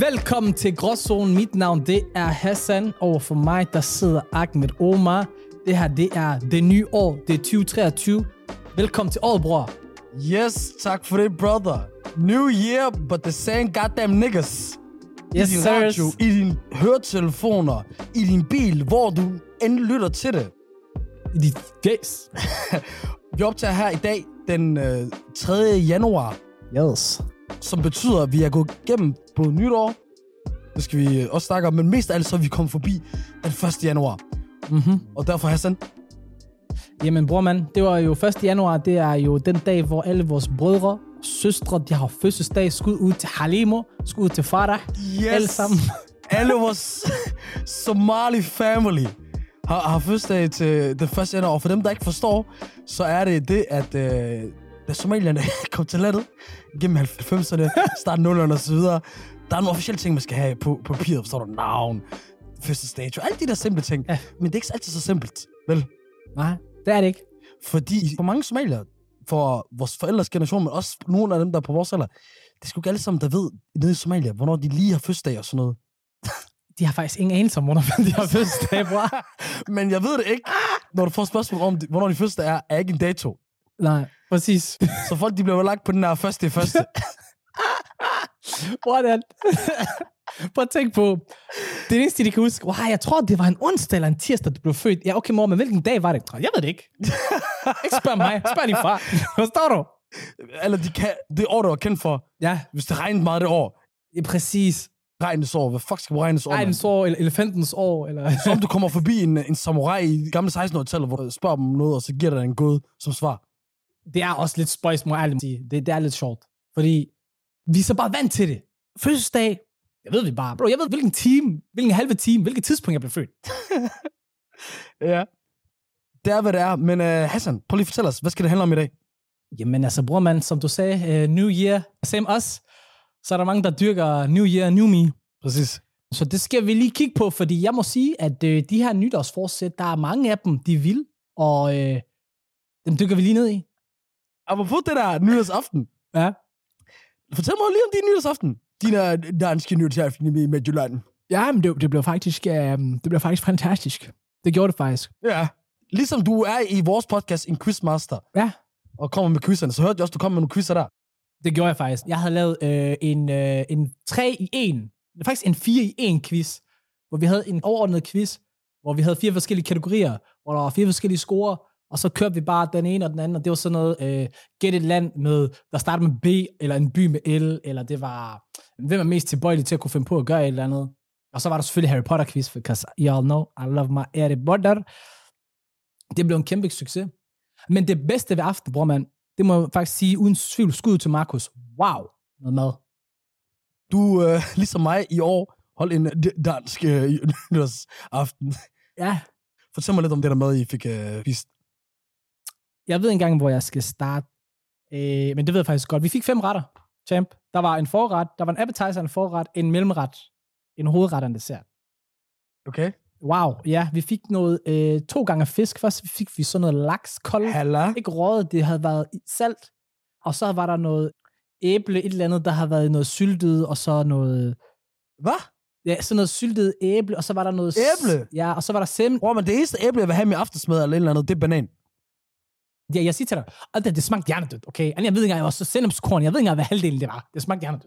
Velkommen til Gråzonen. Mit navn, det er Hassan. Over for mig, der sidder Ahmed Omar. Det her, det er det nye år. Det er 2023. Velkommen til året, bror. Yes, tak for det, brother. New year, but the same goddamn niggas. Yes, I din sirs. radio, i dine høretelefoner, i din bil, hvor du end lytter til det. I de gays. Vi optager her i dag, den 3. januar, Yes. som betyder, at vi er gået igennem på nytår. Det skal vi også snakke om, men mest af alt så er vi kommet forbi den 1. januar. Og derfor, Hassan, Jamen, bror, mand. Det var jo 1. januar. Det er jo den dag, hvor alle vores brødre og søstre, de har fødselsdag. Skud ud til Halimo. Skud ud til Farah. yes, Alle sammen. alle vores Somali family har fødselsdag til den 1. januar. Og for dem, der ikke forstår, så er det, at da somalierne kom til landet gennem 90'erne, start 0'erne og så videre, der er nogle officielle ting, man skal have på papiret. Forstår du? Navn, fødselsdato, alle de der simple ting. Ja. Men det er ikke altid så simpelt, vel? Nej, det er det ikke. Fordi for mange somalier, for vores forældres generation, men også nogle af dem, der er på vores alder, det er sgu ikke alle sammen, der ved nede i Somalia, hvornår de lige har fødselsdag og sådan noget. De har faktisk ingen anelse om, hvornår de har fødselsdag, bror. Men jeg ved det ikke. Når du får spørgsmål om, hvornår de fødselsdag er ikke en dato. Nej, præcis. Så folk, de bliver lagt på den her første. Hvordan? Prøv at tænke på, det eneste, de kan huske, wow, jeg tror, det var en onsdag eller en tirsdag, du blev født. Ja, okay, mor, men hvilken dag var det? Jeg ved det ikke. Ikke spørg mig, spørg din far. Forstår du? Eller det år, du var kendt for. Ja. Hvis det regnede meget det år. Ja, præcis. Regnens år. Hvad fuck skal regnes år? Regnens år, eller elefantens år, eller... Så om du kommer forbi en samurai i gamle 1600-tallet, hvor du spørger dem noget, og så giver dig en gåde som svar. Det er også lidt spøjs, må jeg ærligt sige. Det er lidt sjovt. Fordi vi er så bare vant til det. Fødselsdag, jeg ved vi bare. Bro, jeg ved hvilken halve time, hvilket tidspunkt jeg blev født. Ja. Det er, hvad det er. Men Hassan, prøv lige at fortælle os, hvad skal det handle om i dag? Jamen altså, bror mand, som du sagde, New Year, same us. Så er der mange, der dyrker New Year, New Me. Præcis. Så det skal vi lige kigge på, fordi jeg må sige, at de her nytårsforsæt, der er mange af dem, de vil, og dem dykker vi lige ned i. Apropos det der nytårsaften. Ja. Fortæl mig lige om din nytårsaften. Dine danske nytårsaften i Midtjylland. Ja, men det blev faktisk fantastisk. Det gjorde det faktisk. Ja. Ligesom du er i vores podcast en quizmaster. Ja. Og kommer med quizzerne, så hørte jeg også, du kom med nogle quizzer der. Det gjorde jeg faktisk. Jeg havde lavet en 3-i-1, faktisk en 4-i-1 quiz, hvor vi havde en overordnet quiz, hvor vi havde 4 forskellige kategorier, hvor der var 4 forskellige scorer, og så kørte vi bare den ene og den anden, og det var sådan noget, gæt et land med, der starter med B, eller en by med L, eller det var, hvem er mest tilbøjelig til at kunne finde på at gøre et eller andet. Og så var der selvfølgelig Harry Potter quiz, because you all know, I love my Harry Potter. Det blev en kæmpe succes. Men det bedste ved aften, bror mand, det må jeg faktisk sige, uden tvivl, skud til Markus. Wow, noget mad. Du, ligesom mig i år, holdt en dansk nytårsaften. Ja. Fortæl mig lidt om det der mad, I fik spist. Jeg ved ikke engang, hvor jeg skal starte. Men det ved jeg faktisk godt. Vi fik 5 retter, champ. Der var en forret, der var en appetizer, en forret, en mellemret, en hovedret og en dessert. Okay. Wow, ja, vi fik noget 2 gange fisk. Først fik vi sådan noget laks, kold. Halla. Ikke røget, det havde været salt. Og så var der noget æble, et eller andet, der havde været noget syltet, og så noget... Hvad? Ja, sådan noget syltet æble, og så var der noget... Æble? Ja, og så var der sem... Bror, men det eneste æble, jeg vil have med aftensmad eller et eller andet, det er banan. Ja, jeg siger til dig, alt det smagte hjernedødt, okay? Jeg ved ikke engang, jeg var så sennepskorn, jeg ved ikke engang, hvad halvdelen det var. Det smagte hjernedødt.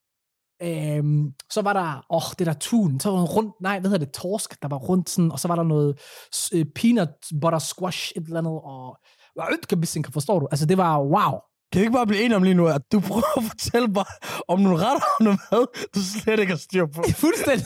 Så var der, det der tun, så var der rundt, torsk, der var rundt sådan, og så var der noget peanut butter squash, et eller andet, og forstår du? Altså, det var wow. Kan vi ikke bare blive enige om lige nu, at du prøver at fortælle mig om nogle retter og noget mad, du slet ikke har styr på? Fuldstændig.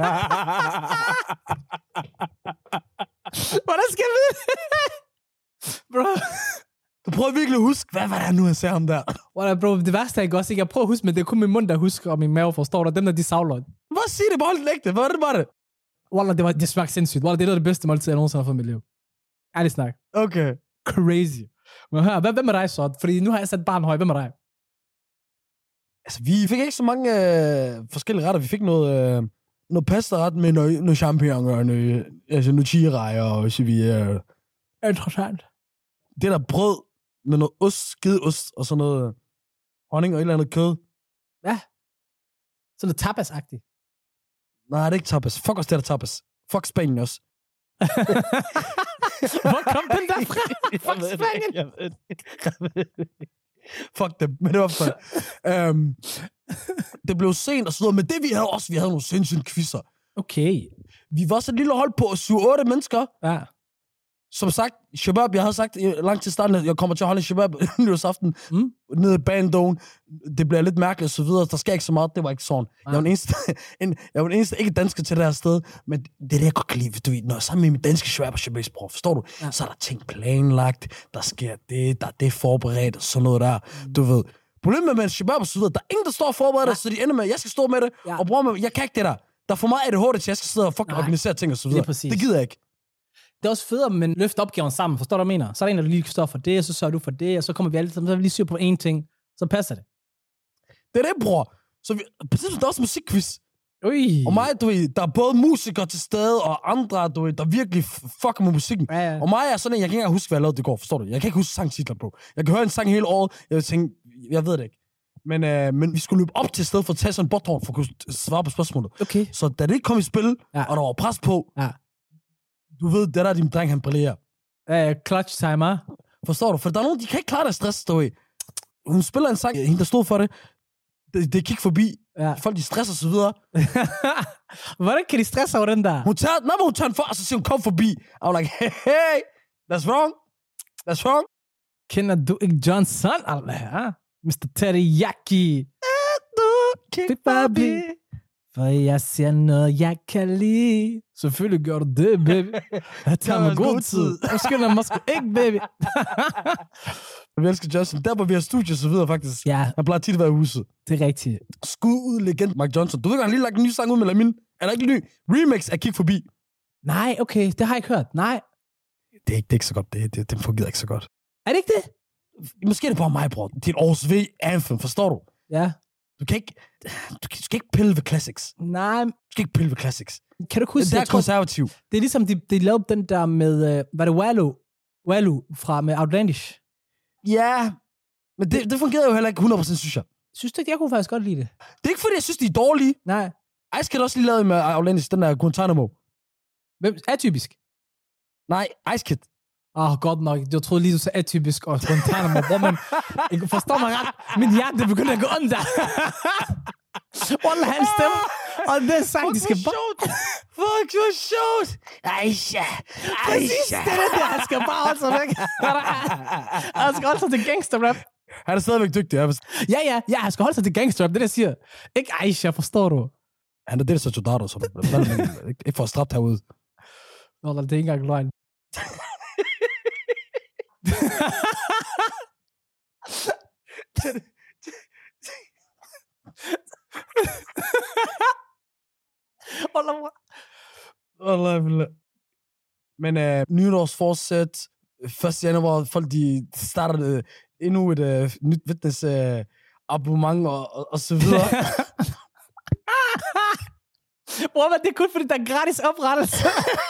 Hvordan skal jeg vide det? Bro. Du prøver virkelig at huske, hvad var det nu, jeg sagde om der? Bro, det værste er ikke også, ikke? Jeg prøver at huske, men det er kun min mund, der husker, og min mave forstår dig. Dem der, de savler. Hvad siger det? Bare læg det. Hvad var det? Wallah, det smagte sindssygt. Wallah, det er det bedste måltid, jeg nogensinde har fået i mit liv. Ærlig snak. Okay. Crazy. Men hør, hvem er dig så? Fordi nu har jeg sat barn høj. Hvem er dig? Altså, vi fik ikke så mange forskellige retter. Vi fik noget pasta-ret med noget champignon og noget chirejer og så videre. Interessant. Det der brød med noget ost, skideost og sådan noget honning og et eller andet kød. Ja. Sådan noget tapas-agtigt. Nej, det er ikke tapas. Fuck os, det er tapas. Fuck Spanien også. Hvor kom den der fra? Fuck Spanien. Jeg ved det. Fuck dem, men det var for... det blev sent og sådan noget, men det vi havde nogle sindssyge quizzer. Okay. Vi var så et lille hold på 7-8 mennesker. Ja. Som sagt, Shabab, jeg havde sagt langt til starten, at jeg kommer til at holde en Shabab nytårsaften nede i Bandone. Det bliver lidt mærkeligt og så videre. Der sker ikke så meget. Det var ikke sådan. Jeg var den eneste ikke dansker til det her sted. Men det er det, jeg godt kan lide. Du ved, når sammen med min danske Shabab og Shabab-sprog, forstår du? Ja. Så er der ting planlagt. Der sker det. Der er det forberedt og sådan noget der. Du ved. Problemet med en Shabab og så videre, der er ingen, der står og forbereder det, så de ender med, jeg skal stå med det. Ja. Og bruge med, jeg kan ikke det der. Der er for meget ADHD til, jeg skal sidde og organisere ting og så videre. Det gider jeg ikke. Det er også federe, men løfte opgaven sammen. Forstår du, hvad jeg mener? Så er der en, der lige står for det, og så sørger du for det, og så kommer vi alle sammen, så er vi lige syr på én ting. Så passer det. Det er det, bror. Så præcis, der er også musikquiz. Ui. Og mig, du ved, der er både musikere til stede, og andre, du ved, der virkelig fucker med musikken. Ja. Og mig er sådan en, jeg kan ikke engang huske, hvad jeg lavede det går, forstår du? Jeg kan ikke huske sangtitler på. Jeg kan høre en sang hele året, jeg tænker, jeg ved det ikke. Men vi skulle løbe op til stedet for at tage sådan en botthorn, for at kunne svare på spørgsmålet. Okay. Så da det ikke kom i spil, og der var pres på, du ved, det der din dreng, han brillerer. Clutch timer. Forstår du? For der er nogen, de kan ikke klare deres stress, du ved. Hun spiller en sang, hende der stod for det. Det gik forbi. Ja. Folk, de stresser og så videre. Hvordan kan de stresse over den der? Hun tager den for, og så siger hun, kom forbi. Og hun like, hey, that's wrong. Kender du ikke John Son, Allah? Mr. Teriyaki. Kig forbi. For jeg ser noget, jeg kan lide. Selvfølgelig gør du det, baby. Jeg tager mig god tid. Jeg skynder mig sgu ikke, baby. Vi elsker Johnson. Der, hvor vi har studie og så videre, faktisk. Ja. Han plejer tit at være i huset. Det er rigtigt. Skud ud legend Mike Johnson. Du ved, han har lige lagt en ny sang ud med Lamin. Er der ikke en ny remix af Kig forbi? Nej, okay. Det har jeg ikke hørt. Nej. Det er ikke så godt. Det fungerer ikke så godt. Er det ikke det? Måske er det bare mig, bror. Det er et Aarhus V-anthem, forstår du? Ja. Du skal ikke pille ved classics. Nej. Du skal ikke pille ved classics. Kan du huske, det er konservativ. Det er ligesom, de lavede den der med, var det Walu fra med Outlandish? Ja, men det fungerede jo heller ikke 100%, synes jeg. Synes du ikke, jeg kunne faktisk godt lide det? Det er ikke, fordi jeg synes, de er dårlige. Nej. Ice Kid også lige lavet med Outlandish, den der Guantanamo. Hvem? Atypisk? Nej, Ice Kid. Godt nok. Jeg troede lige, du sagde atypisk og Guantanamo. Hvor man ikke forstår mig ret. Min hjerte begynder at gå under. Wallah, hans stemme. Og den sang, de skal bare... Fuck, så sjovt. Aisha. Det er det, han skal bare holde sig væk. Han skal holde sig til gangsterrap. Han er stadigvæk dygtig. Ja, han skal holde sig til gangsterrap. Det der siger. Ikke Aisha, forstår du? Han er det, der så Jodaro, så ikke for at strappe herude. Wallah, det er ikke engang løgn. Men nytårsforsæt 1. januar, folk de starter endnu et nyt fitness abonnement og så videre. Bror, men det er kun fordi, der er gratis oprettelse.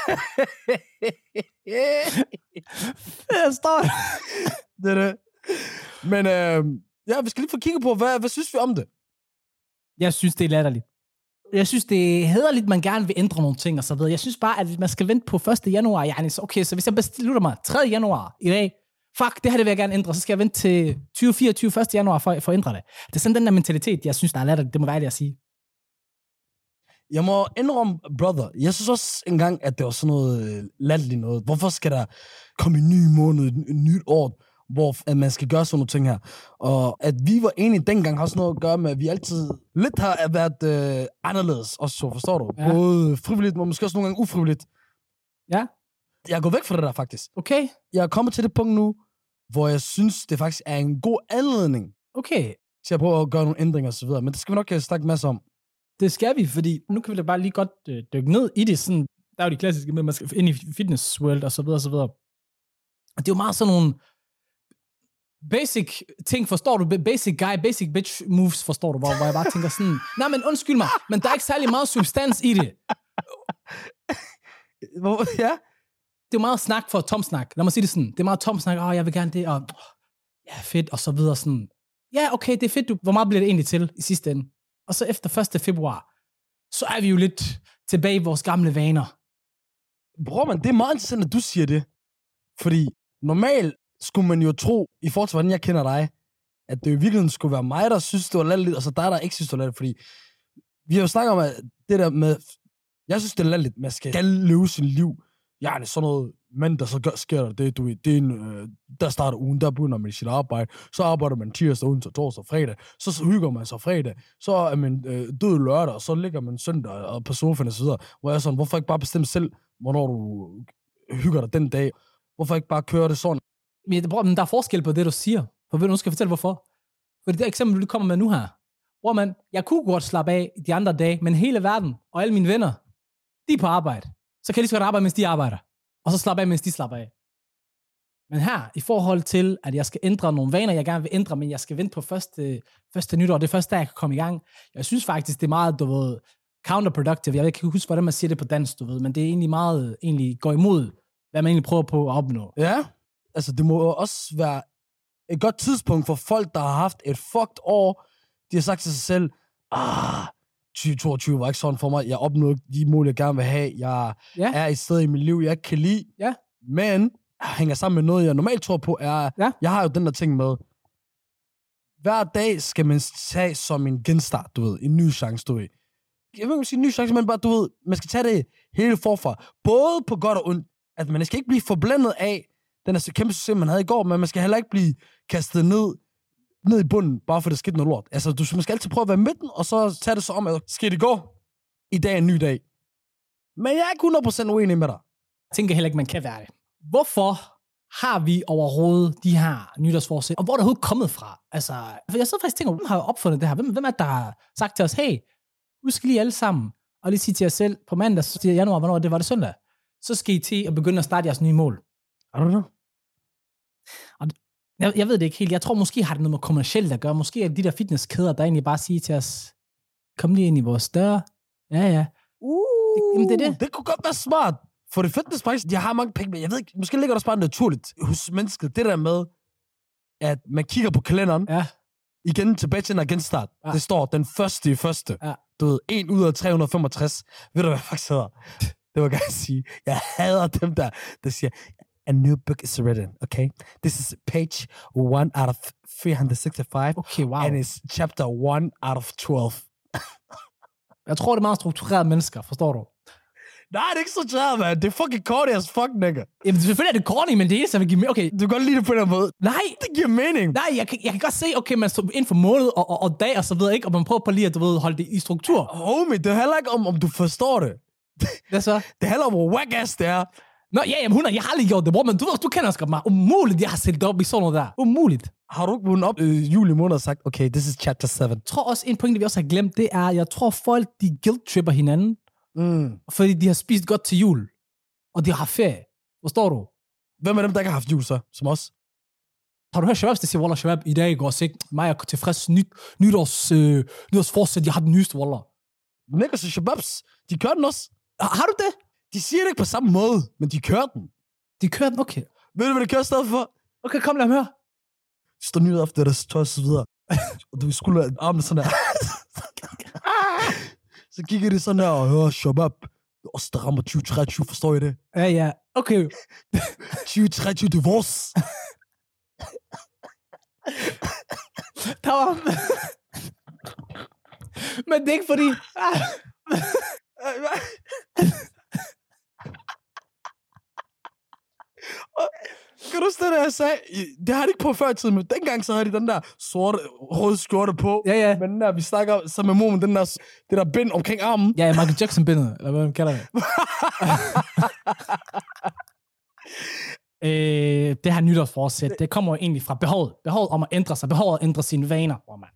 Jeg står. Det er det. Men ja, vi skal lige få kigget på, hvad synes vi om det? Jeg synes, det er latterligt. Jeg synes, det er hæderligt, man gerne vil ændre nogle ting og så videre. Jeg synes bare, at man skal vente på 1. januar. Yani, så okay, så hvis jeg beslutter mig 3. januar i dag, fuck, det her det vil jeg gerne ændre, så skal jeg vente til 2024 1. januar for at ændre det. Det er sådan den der mentalitet, jeg synes, der er latterligt. Det må være det at sige. Jeg må indrømme, brother, jeg synes også engang, at det var sådan noget latterligt noget. Hvorfor skal der komme en ny måned, en nyt år, hvor at man skal gøre sådan nogle ting her? Og at vi var enige dengang har også noget at gøre med, at vi altid lidt har været anderledes, også så forstår du? Ja. Både frivilligt, men måske også nogle gange ufrivilligt. Ja. Jeg er gået væk fra det der, faktisk. Okay. Jeg er kommet til det punkt nu, hvor jeg synes, det faktisk er en god anledning okay. til at prøve at gøre nogle ændringer og så videre. Men det skal vi nok snakke en masse om. Det skal vi, fordi nu kan vi da bare lige godt dykke ned i det. Sådan, der er jo de klassiske med, at man skal ind i fitness world og så videre og så videre. Og det er jo meget sådan nogle basic ting, forstår du? Basic guy, basic bitch moves, forstår du? Hvor jeg bare tænker sådan, nej, men undskyld mig, men der er ikke særlig meget substans i det. Ja? Det er jo meget snak for tom snak. Lad mig sige det sådan. Det er meget tom snak. Jeg vil gerne det, og ja, fedt, og så videre sådan. Ja, okay, det er fedt. Hvor meget bliver det egentlig til i sidste ende? Og så efter 1. februar, så er vi jo lidt tilbage i vores gamle vaner. Bror, man, det er meget interessant, at du siger det. Fordi normalt skulle man jo tro, i forhold til, hvordan jeg kender dig, at det i virkeligheden skulle være mig, der synes, det var latterligt, og så dig, der ikke synes, det var latterligt. Fordi vi har jo snakket om, at det der med... Jeg synes, det er latterligt, man skal leve sin liv. Ja, det er sådan noget, men der så sker der det, du ved, det er der starter ugen, der begynder man sit arbejde, så arbejder man tirsdag, onsdag, torsdag, fredag, så hygger man sig fredag, så er man død lørdag, og så ligger man søndag og på sofaen og så videre, hvor jeg er sådan, hvorfor ikke bare bestemme selv, hvornår du hygger dig den dag? Hvorfor ikke bare køre det sådan? Men der er forskel på det, du siger. For ved du, nu skal jeg fortælle, hvorfor. For det der eksempel, du kommer med nu her. Bror, man, jeg kunne godt slappe af de andre dage, men hele verden og alle mine venner, de er på arbejde. Så kan jeg lige så godt arbejde, mens de arbejder. Og så slappe af, mens de slapper af. Men her, i forhold til, at jeg skal ændre nogle vaner, jeg gerne vil ændre, men jeg skal vente på første nytår, det er første dag, jeg kan komme i gang. Jeg synes faktisk, det er meget, du ved, counterproductive. Jeg kan ikke huske, hvordan man siger det på dansk, du ved, men det er egentlig meget, går imod, hvad man egentlig prøver på at opnå. Ja, altså det må også være et godt tidspunkt for folk, der har haft et fucked år. De har sagt til sig selv, 2022 var ikke sådan for mig. Jeg opnåede de mål, jeg gerne vil have. Jeg er et sted i mit liv, jeg ikke kan lide. Ja. Men hænger sammen med noget, jeg normalt tror på, er... Ja. Jeg har jo den der ting med, hver dag skal man tage som en genstart, du ved. En ny chance, du ved. Jeg vil ikke sige en ny chance, men bare, du ved, man skal tage det hele forfra. Både på godt og ondt. At man skal ikke blive forblændet af den her kæmpe succes, man havde i går, men man skal heller ikke blive kastet ned i bunden, bare for det skete noget lort. Altså, man skal altid prøve at være midten, og så tage det så om, at skal det gå? I dag er en ny dag. Men jeg er ikke 100% uenig med dig. Jeg tænker heller ikke, man kan være det. Hvorfor har vi overhovedet de her nytårsforsæt? Og hvor er det overhovedet kommet fra? Altså, for jeg så faktisk tænker, hvem har opfundet det her? Hvem er det, der har sagt til os, hey, husk lige alle sammen, og lige sige til jer selv, på mandag, så siger januar, hvornår det var det søndag? Så skal I til at begynde at starte jeres nye mål. I don't know. Og jeg ved det ikke helt. Jeg tror måske har det noget med kommercielt at gøre. Måske er de der fitnesskæder, der egentlig bare siger til os, kom lige ind i vores døre. Ja. Jamen, det er det. Det kunne godt være smart. For det fitnessbranchen, jeg har mange penge, men jeg ved ikke, måske ligger der bare naturligt hos mennesket. Det der med, at man kigger på kalenderen, igen tilbage til en genstart. Ja. Det står den første. Ja. Du ved, 1 ud af 365. Ved du, hvad jeg faktisk hedder? Det var gerne at sige. Jeg hader dem, der siger, a new book is written, okay? This is page 1 out of 365. Okay, wow. And it's chapter 1 out of 12. Jeg tror, det er meget strukturerede mennesker, forstår du? Nej, det er ikke struktureret, man. Det er fucking corny as fuck, nigga. Jamen, selvfølgelig er det corny, men det eneste, jeg vil give okay. Du kan godt lide det på den måde. Nej. Det giver mening. Nej, jeg kan godt se, okay, man står ind for måned og dag og så videre, ikke? Og man prøver på lige at, du ved, holde det i struktur. Homie, det handler ikke om du forstår det. Hvad så? Det handler om, hvor whack-ass det er. Nå, ja, jamen, jeg har lige gjort det, bror, men du kender også godt mig. Umuligt, jeg har set det op i sådan noget der. Umuligt. Har du ikke vundet op juli måned og sagt, okay, this is chapter 7? Jeg tror også, en pointe, vi også har glemt, det er, jeg tror, folk, de guilt-tripper hinanden, fordi de har spist godt til jul, og de har ferie. Forstår du? Hvem er dem, der ikke har haft jul så, som os? Har du hørt Shabab, der siger, Wallah, Shabab, i dag går sig mig er tilfreds nytårsforsæt, jeg har den nyeste, Wallah. Nikkers og Shababs, de kører den også. Har du det? De siger det ikke på samme måde, men de kører den. De kører den, okay. Ved du, hvad det kører stedet for? Okay, kom, lad mig høre. De står nyder efter deres tøj og så videre. Og du skulle armene sådan her. Så kigger de sådan her og hører Shabab. Og så der rammer 2023, forstår I det? Ja, okay. 2023, det er vores. Der var... Men det er ikke fordi... Kan du stå der, jeg sagde? Det har de ikke på før i tiden, men dengang så havde de den der sorte, røde skjorte på. Ja. Men den der, vi snakker så med mor, den der, det der bind omkring armen. Ja, Michael Jackson-bindet, eller hvad man kalder det. Det her nytårsforsæt, det kommer jo egentlig fra behovet. Behovet om at ændre sig. Behovet at ændre sine vaner.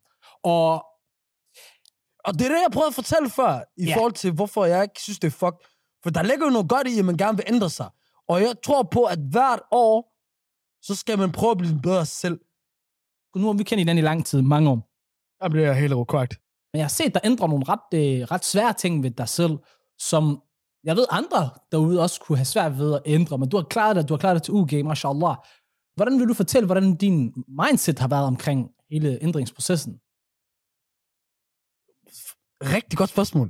Og det er det, jeg prøvede at fortælle før, i forhold til, hvorfor jeg ikke synes, det er fuck. For der ligger jo noget godt i, at man gerne vil ændre sig. Og jeg tror på, at hvert år, så skal man prøve at blive bedre selv. Nu har vi kendt hinanden i lang tid, mange år. Jamen, det er helt korrekt. Men jeg har set, der ændrer nogle ret svære ting ved dig selv, som jeg ved, andre derude også kunne have svært ved at ændre, men du har klaret det til UG, mashallah. Hvordan vil du fortælle, hvordan din mindset har været omkring hele ændringsprocessen? Rigtig godt spørgsmål.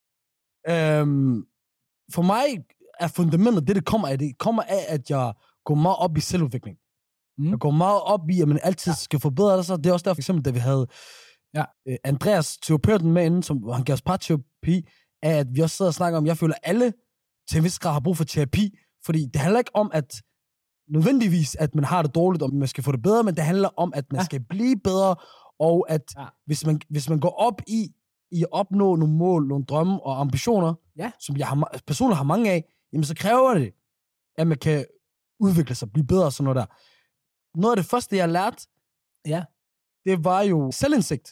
For mig er fundamentet det kommer af. Det kommer af, at jeg går meget op i selvudvikling. Jeg går meget op i, at man altid skal forbedre sig. Det er også derfor, for eksempel, da vi havde Andreas terapeuten med inden, som han gav os parterapi, at vi også sidder og snakker om, jeg føler, at alle til en vis grad har brug for terapi, fordi det handler ikke om, at nødvendigvis, at man har det dårligt, og man skal få det bedre, men det handler om, at man skal blive bedre, og at hvis man går op i at opnå nogle mål, nogle drømme og ambitioner, som jeg personligt har mange af, jamen så kræver det, at man kan udvikle sig, blive bedre og sådan noget der. Noget af det første, jeg har lært, det var jo selvindsigt.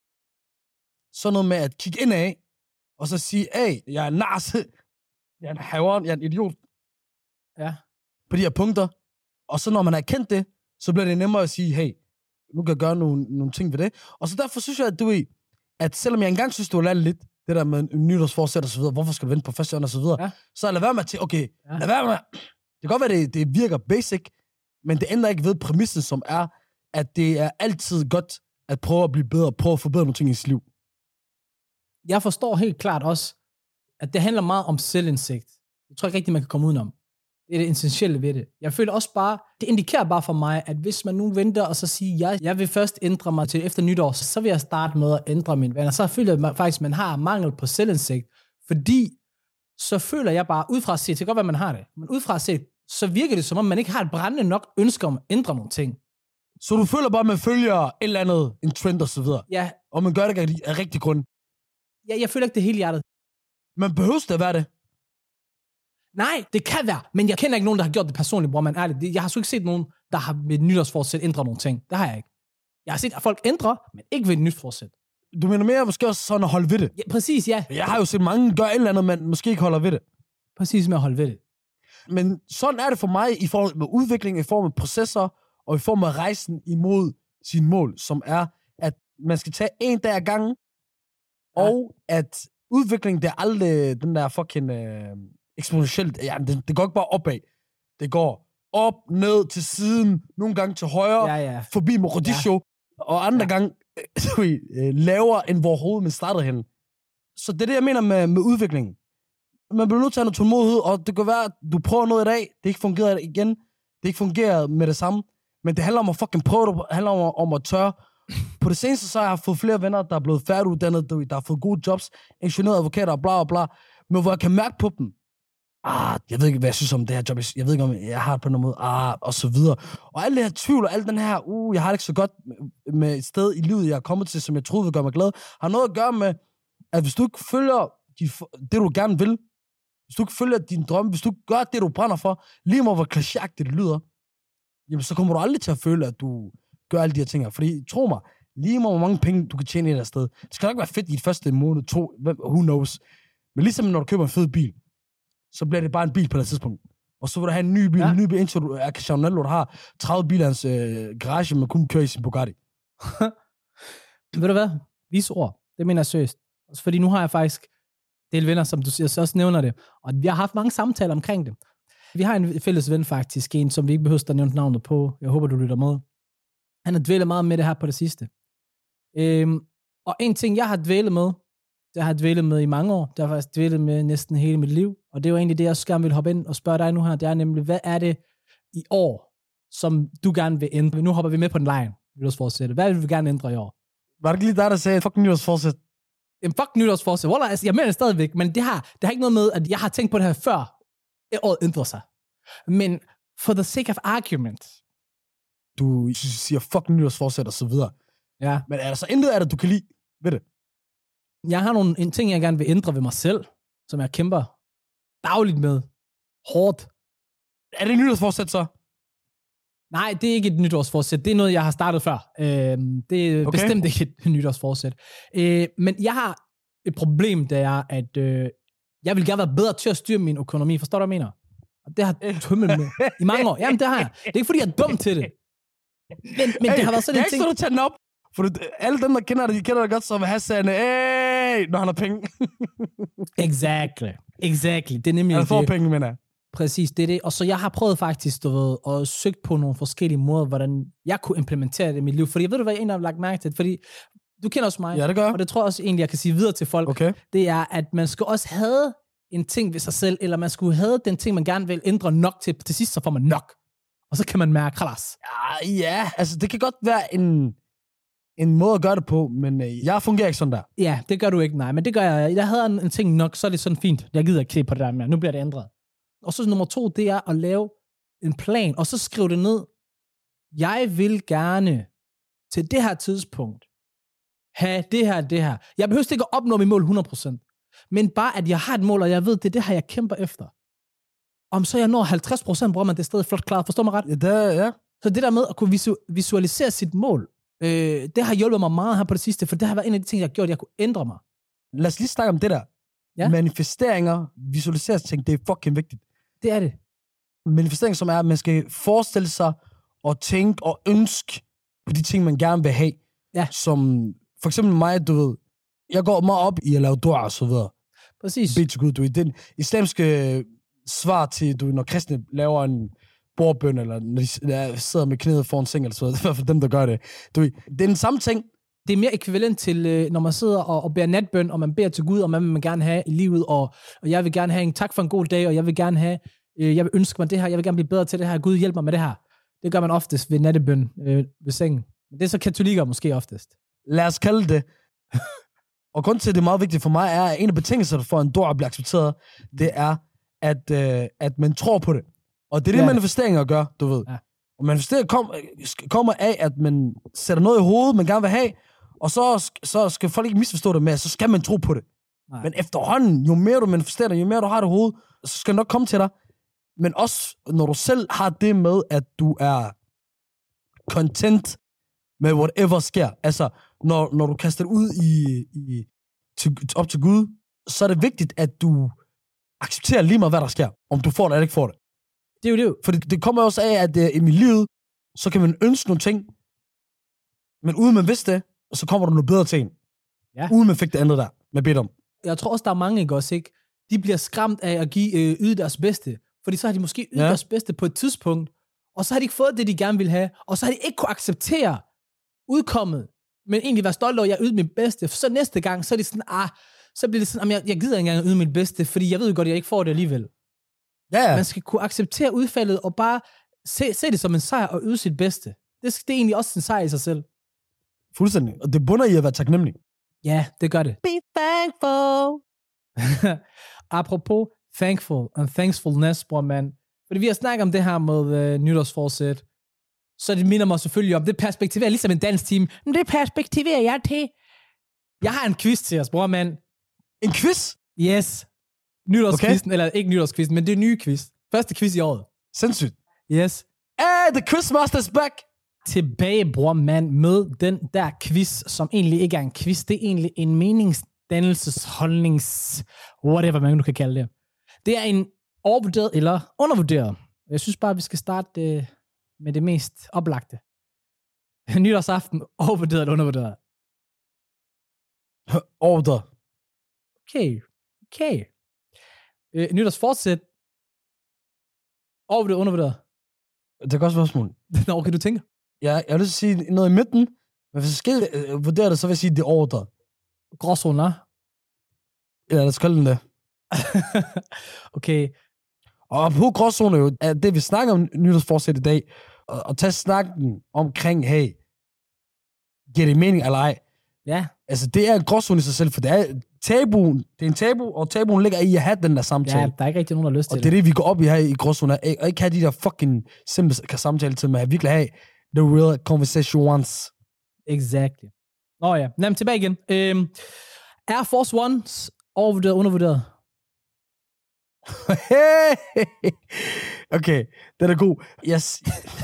Sådan noget med at kigge indad, og så sige, hey, jeg er en narse, jeg er en haver, jeg er en idiot. Ja. På de her punkter. Og så når man har kendt det, så bliver det nemmere at sige, hey, nu kan jeg gøre nogle ting ved det. Og så derfor synes jeg, at selvom jeg engang synes, du har lært lidt, det der med en nytårsforsæt og så videre, hvorfor skal du vente på første og så videre, så lad være med til, okay, lad være med. Det kan godt være, det virker basic, men det ændrer ikke ved præmissen, som er, at det er altid godt at prøve at blive bedre, prøve at forbedre nogle ting i sit liv. Jeg forstår helt klart også, at det handler meget om selvindsigt. Jeg tror ikke rigtig, man kan komme udenom. Det er det essentielle ved det. Jeg føler også bare, det indikerer bare for mig, at hvis man nu venter og så siger, jeg vil først ændre mig til efter nytår, så vil jeg starte med at ændre mine vaner. Så føler jeg faktisk, at man har mangel på selvindsigt, fordi så føler jeg bare, udefra set, det kan godt være, man har det, men udefra set, så virker det som om, man ikke har et brændende nok ønske om at ændre nogle ting. Så du føler bare, at man følger et eller andet, en trend og så videre? Ja. Og man gør det af rigtig grund? Ja, jeg føler ikke det hele hjertet. Men behøves det at være det? Nej, det kan være, men jeg kender ikke nogen, der har gjort det personligt, bror, man ærligt. Jeg har sgu ikke set nogen, der har ved et nytårsforsæt ændret nogle ting. Det har jeg ikke. Jeg har set, at folk ændrer, men ikke ved et nytårsforsæt. Du mener mere måske også sådan at holde ved det? Ja, præcis, ja. Jeg har jo set mange gøre et eller andet, men måske ikke holder ved det. Præcis med at holde ved det. Men sådan er det for mig i forhold med udvikling, i form af processer, og i form af rejsen imod sine mål, som er, at man skal tage en dag ad gangen, og at udvikling, det er aldrig den der fucking eksponentielt. Ja, det går ikke bare opad. Det går op, ned, til siden, nogle gange til højre, forbi Mogadishu, og andre gange lavere, end hvor hovedet man startede hen. Så det er det, jeg mener med udviklingen. Man bliver nødt til at have noget tålmodighed, og det kan være, at du prøver noget i dag, det ikke fungerer igen, det ikke fungerer med det samme, men det handler om at fucking prøve det, det handler om at tørre. På det seneste, så har jeg fået flere venner, der er blevet færdiguddannet, der har fået gode jobs, ingeniører, advokater, bla bla bla, men hvor jeg kan mærke på dem, jeg ved ikke, hvad jeg synes om det her job, jeg ved ikke, om jeg har det på nogen måde, og så videre. Og alt det her tvivl, og alt den her, jeg har det ikke så godt med et sted i livet, jeg er kommet til, som jeg troede vil gøre mig glad, har noget at gøre med, at hvis du ikke følger det, du gerne vil, hvis du ikke følger din drøm, hvis du gør det, du brænder for, lige meget hvor klichéagtigt det lyder, jamen så kommer du aldrig til at føle, at du gør alle de her ting. Fordi, tro mig, lige meget hvor mange penge, du kan tjene i et sted, det skal nok være fedt i de første måned, 2, who knows. Men ligesom når du køber en fed bil, så bliver det bare en bil på det tidspunkt. Og så vil du have en ny bil, indtil du er Ronaldo, der har 30 biler i hans garage, man kun kører i sin Bugatti. Ved du hvad? Vis ord. Det mener jeg seriøst. Også fordi nu har jeg faktisk del venner, som du siger, så også nævner det. Og vi har haft mange samtaler omkring det. Vi har en fælles ven faktisk, en som vi ikke behøver at nævne navnet på. Jeg håber, du lytter med. Han har dvælet meget med det her på det sidste. Og en ting, jeg har dvælet med, det har jeg dvælet med i mange år, det har jeg faktisk dvælet med næsten hele mit liv, og det er jo egentlig det, jeg også gerne vil hoppe ind og spørge dig nu her, det er nemlig, hvad er det i år, som du gerne vil ændre? Nu hopper vi med på den line, nytårsforsæt. Hvad vil vi gerne ændre i år? Var det ikke lige der sagde, fuck nytårsforsæt? Fuck nytårsforsæt. Wallah, altså, jeg mener det stadigvæk, men det har ikke noget med, at jeg har tænkt på det her før året ændrer sig. Men for the sake of argument. Du siger fuck nytårsforsæt og så videre. Ja. Men er der så intet af det, du kan lide ved det? Jeg har nogle ting, jeg gerne vil ændre ved mig selv, som jeg kæmper dagligt med. Hårdt. Er det nytårsforsæt så? Nej, det er ikke et nytårsforsæt. Det er noget, jeg har startet før. Det er bestemt ikke et nytårsforsæt. Men jeg har et problem, det er, at jeg vil gerne være bedre til at styre min økonomi. Forstår du, hvad jeg mener? Og det har tømmet med i mange år. Jamen, det har jeg. Det er ikke, fordi jeg er dum til det. Men det har været sådan en ting... Jeg er ikke stået at tage den op. For alle dem, der kender det, de kender det godt som Hassan, når han har penge. Exactly. Det er nemlig han får penge, mener jeg. Præcis, det er det. Og så jeg har prøvet faktisk, at søge på nogle forskellige måder, hvordan jeg kunne implementere det i mit liv. Fordi jeg ved, hvad jeg egentlig har lagt mærke til. Fordi du kender også mig. Ja, det gør jeg. Og det tror jeg også egentlig, jeg kan sige videre til folk. Okay. Det er, at man skal også have en ting ved sig selv, eller man skulle have den ting, man gerne vil ændre nok til sidst, så får man nok. Og så kan man mærke, khalas. Ja, altså det kan godt være en måde at gøre det på, men jeg fungerer ikke sådan der. Ja, det gør du ikke, nej, men det gør jeg. Jeg havde en ting nok, så er det sådan fint. Jeg gider ikke se på det der mere. Nu bliver det ændret. Og så nummer 2, det er at lave en plan, og så skrive det ned. Jeg vil gerne til det her tidspunkt have det her. Jeg behøver ikke at opnå mit mål 100%, men bare, at jeg har et mål, og jeg ved, det er det her, jeg kæmper efter. Om så jeg når 50%, bruger man det stadig flot klart. Forstår mig ret? Ja. Så det der med at kunne visualisere sit mål, det har hjulpet mig meget her på det sidste, for det har været en af de ting, jeg har gjort, jeg kunne ændre mig. Lad os lige snakke om det der. Ja? Manifesteringer, visualiseringsting, det er fucking vigtigt. Det er det. Manifestering, som er, at man skal forestille sig og tænke og ønske på de ting, man gerne vil have. Ja. Som for eksempel mig, du ved, jeg går meget op i at lave dua og så videre. Præcis. Bed til Gud, du ved. Den islamske svar til, du ved, når kristne laver en bordbøn, eller når de sidder med knæet foran seng, eller så videre. Det er i hvert fald dem, der gør det. Du ved, det er den samme ting. Det er mere ekvivalent til, når man sidder og beder natbøn, og man beder til Gud, og hvad vil man gerne have i livet, og jeg vil gerne have en tak for en god dag, og jeg vil gerne have, jeg vil ønske mig det her, jeg vil gerne blive bedre til det her, Gud hjælp mig med det her. Det gør man oftest ved nattebøn ved sengen. Det er så katolikker måske oftest. Lad os kalde det. Og grund til, at det er meget vigtigt for mig, er, at en af betingelserne for, at en dua bliver accepteret, det er, at man tror på det. Og det er det, manifesteringer gør, du ved. Ja. Og manifesteringer kommer af, at man sætter noget i hovedet, man gerne vil have, og så skal folk ikke misforstå det med, så skal man tro på det. Nej. Men efterhånden, jo mere du manifesterer det, jo mere du har det i hovedet, så skal det nok komme til dig. Men også, når du selv har det med, at du er content med whatever sker. Altså, når du kaster det ud op til Gud, så er det vigtigt, at du accepterer lige meget, hvad der sker. Om du får det eller ikke får det. Det er jo det. For det kommer også af, at i mit liv, så kan man ønske nogle ting, men uden man vidste det, så kommer der noget bedre til en. Ja. Uden man fik det andet der, man bedt om. Jeg tror også, der er mange, ikke også, ikke? De bliver skræmt af at yde deres bedste. Fordi så har de måske ydet deres bedste på et tidspunkt, og så har de ikke fået det, de gerne vil have, og så har de ikke kunne acceptere udkommet, men egentlig være stolt over, at jeg ydede mit bedste. For så næste gang, så er det sådan, så bliver det sådan, jeg gider ikke engang yde mit bedste, fordi jeg ved godt, at jeg ikke får det alligevel. Ja. Man skal kunne acceptere udfaldet, og bare se det som en sejr, og yde sit bedste. Det er egentlig også en sejr i sig selv. Fuldstændig. Og det bunder i at være taknemmelig. Ja, det gør det. Be thankful. Apropos thankful and thankfulness, bror mand. Fordi vi har snakket om det her med nytårsforsæt, så det minder mig selvfølgelig om, det perspektiverer ligesom en dansk team. Men det perspektiverer jeg til. Jeg har en quiz til os, bror mand. En quiz? Yes. Nytårsquizzen, eller ikke nytårsquizzen, men det er nye quiz. Første quiz i året. Sindssygt. Yes. Hey, the quizmaster's back! Tilbage, bror mand, med den der quiz, som egentlig ikke er en quiz. Det er egentlig en meningsdannelsesholdnings... whatever man nu kan kalde det. Det er en overvurderet eller undervurderet. Jeg synes bare, vi skal starte med det mest oplagte. Nytårsaften, overvurderet eller undervurderet? Overvurderet. Okay. Nytårsfortsæt. Overvurderet, undervurderet? Det er godt spørgsmål. Nå, okay, du tænker? Ja, jeg vil sige noget i midten, men hvis jeg skal vurdere det, så vil jeg sige, det er overvurderet. Gråzoner? Ja, lad os kalde den det. Okay. Og på gråzone jo, er det vi snakker om nytårsforsæt i dag, og tage snakken omkring, hey, giver det mening eller ej? Ja. Altså, det er en gråzone i sig selv, for det er tabuen. Det er en tabu, og tabuen ligger i at have den der samtale. Ja, der er ikke rigtig nogen, der har lyst til det. Og det er det, vi går op i her i gråzone, og ikke have de der fucking simple samtale til mig, at virkelig have the real conversations. Exactly. Ja. Jamen, tilbage igen. Air Force Ones, overvurderet, undervurderet? Okay, den er god. Yes.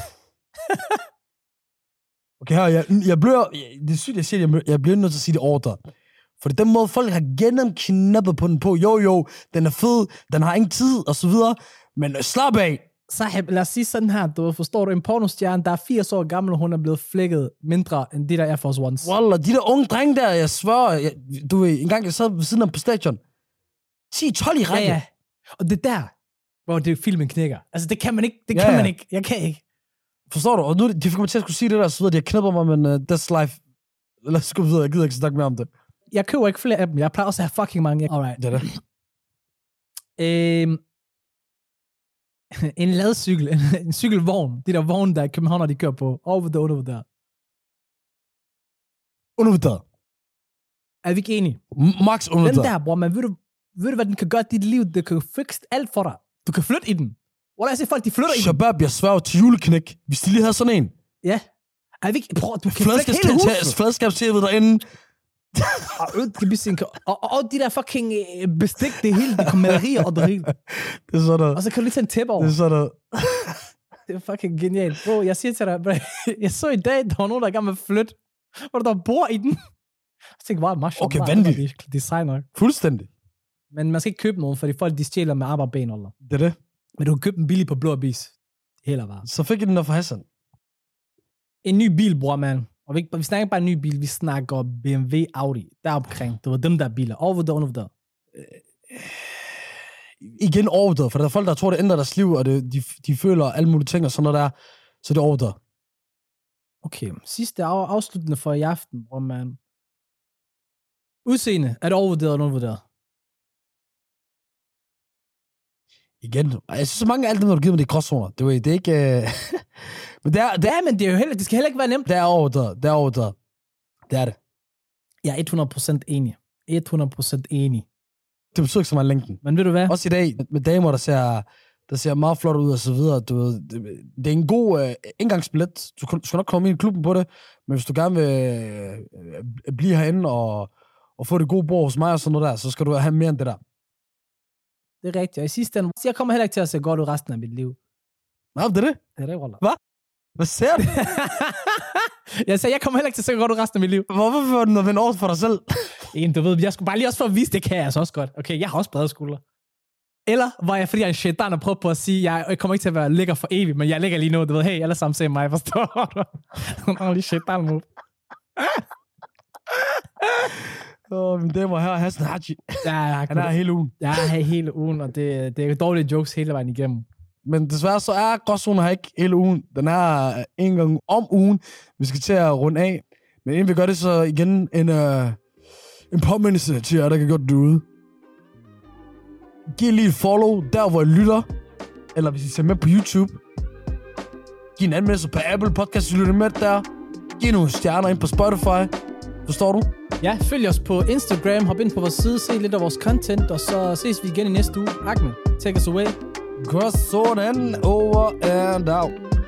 Okay, her, jeg bliver... Det er sygt, jeg siger, jeg bliver nødt til at sige det ordret. For det er den måde, folk har gennemknappet på den på. Jo, den er fed, den har ingen tid, og så videre. Men slap af! Sahib, lad os sige sådan her, du forstår du, en pornostjerne, der er 80 år gammel, og hun er blevet flækket mindre end de der Air Force Ones. Wallah, de der unge drenge der, jeg svør, du ved, en gang jeg sad ved siden af på stadion. 10-12 i række. Ja. Og det der, hvor det filmen knækker. Altså, det kan man ikke. Det kan man ikke. Jeg kan ikke. Forstår du? Og nu, de fik mig til at skulle sige det der, så videre, de har knippet mig, men that's life. Lad os gå videre, jeg gider ikke snakke mere om det. Jeg køber ikke flere af dem. Jeg plejer også at have fucking mange. Alright. Det er det. En ladcykel, en cykelvogn. De der vogne, der i København, når de kører på. Undervurderet. Undervurderet. Er vi ikke enige? Max undervurderet. Den der, bror, man ved du, hvad den kan gøre i dit liv? Det kan fixe alt for dig. Du kan flytte i den. Hvor jeg ser folk, de flytter i den. Shabab, jeg sværger til juleknæk. Hvis de lige havde sådan en. Ja. Er vi ikke... Bror, du kan flække hele huset. Fladskabstæppet derinde. Og de der fucking bestik, det hele, de malerier og det hele. Det er sådan. Og så kan du lige tage en tæppe over. Det er sådan. Det er fucking genialt. Bro, jeg siger til dig, bro, jeg så i dag, der var nogen, der er i gang med at flytte, hvor der bor i den. Jeg tænkte, wow, mashallah. Okay, vanvittigt. Designer. Fuldstændig. Men man skal ikke købe nogen, fordi folk, de stjæler med arme og ben, eller. Det er det. Men du kan købe den billig på Blå Avis. Heller bare. Så fik jeg den der for Hassan. En ny bil, bror, man. Og vi snakker ikke bare en ny bil, vi snakker BMW, Audi. Deromkring. Det var dem der biler. Overvurderet. Igen overvurderet, for der er folk, der tror, det ændrer deres liv, og de føler alle mulige ting og sådan noget der. Så det er overvurderet. Okay, sidste afsluttende for i aften, bror, man. Udseende, er det overvurderet eller undervurderet? Igen, jeg synes så mange af alt det, når du giver mig de gråzoner. Det er ikke... Men det er jo det skal heller ikke være nemt. Det er overvurderet. Det er det. Jeg er 100% enig. 100% enig. Det betyder ikke så meget længden. Men ved du hvad? Også i dag, med damer, der ser meget flot ud og så videre. Du ved, det er en god indgangsbillet. Du skal nok komme ind i klubben på det. Men hvis du gerne vil blive herinde og få det gode bord hos mig og sådan noget der, så skal du have mere end det der. Det er rigtigt. Og i sidste ende, jeg kommer heller ikke til at se godt ud resten af mit liv. Nå, det er det. Det er det, Roller. Hvad? Hvad ser du? Jeg sagde, jeg kommer heller ikke til at se godt ud resten af mit liv. Hvorfor får du noget vende over for dig selv? Du ved, jeg skulle bare lige også for at vise, det kan jeg altså også godt. Okay, jeg har også brede skuldre. Eller var jeg, fordi jeg er en shaitan og prøver på at sige, jeg kommer ikke til at være lækker for evigt, men jeg ligger lige nu, du ved, hey, alle sammen ser mig, forstår du? Hun har lige shaitan move. Mine damer her, Hassan Haji. Ja, han er hele ugen. Ja, hele ugen, og det er dårlige jokes hele vejen igennem. Men desværre så er gråzonen her ikke hele ugen. Den er en gang om ugen. Vi skal til at runde af. Men inden vi gør det, så igen en påmindelse til jer, der kan gøre det ude. Giv lige et follow, der hvor I lytter. Eller hvis I ser med på YouTube. Giv en anmeldelse på Apple Podcast, hvis I lytter med der. Giv nogle stjerner ind på Spotify. Forstår du? Ja, følg os på Instagram. Hop ind på vores side, se lidt af vores content. Og så ses vi igen i næste uge. Ahmed, take us away. Gråzonen over and out.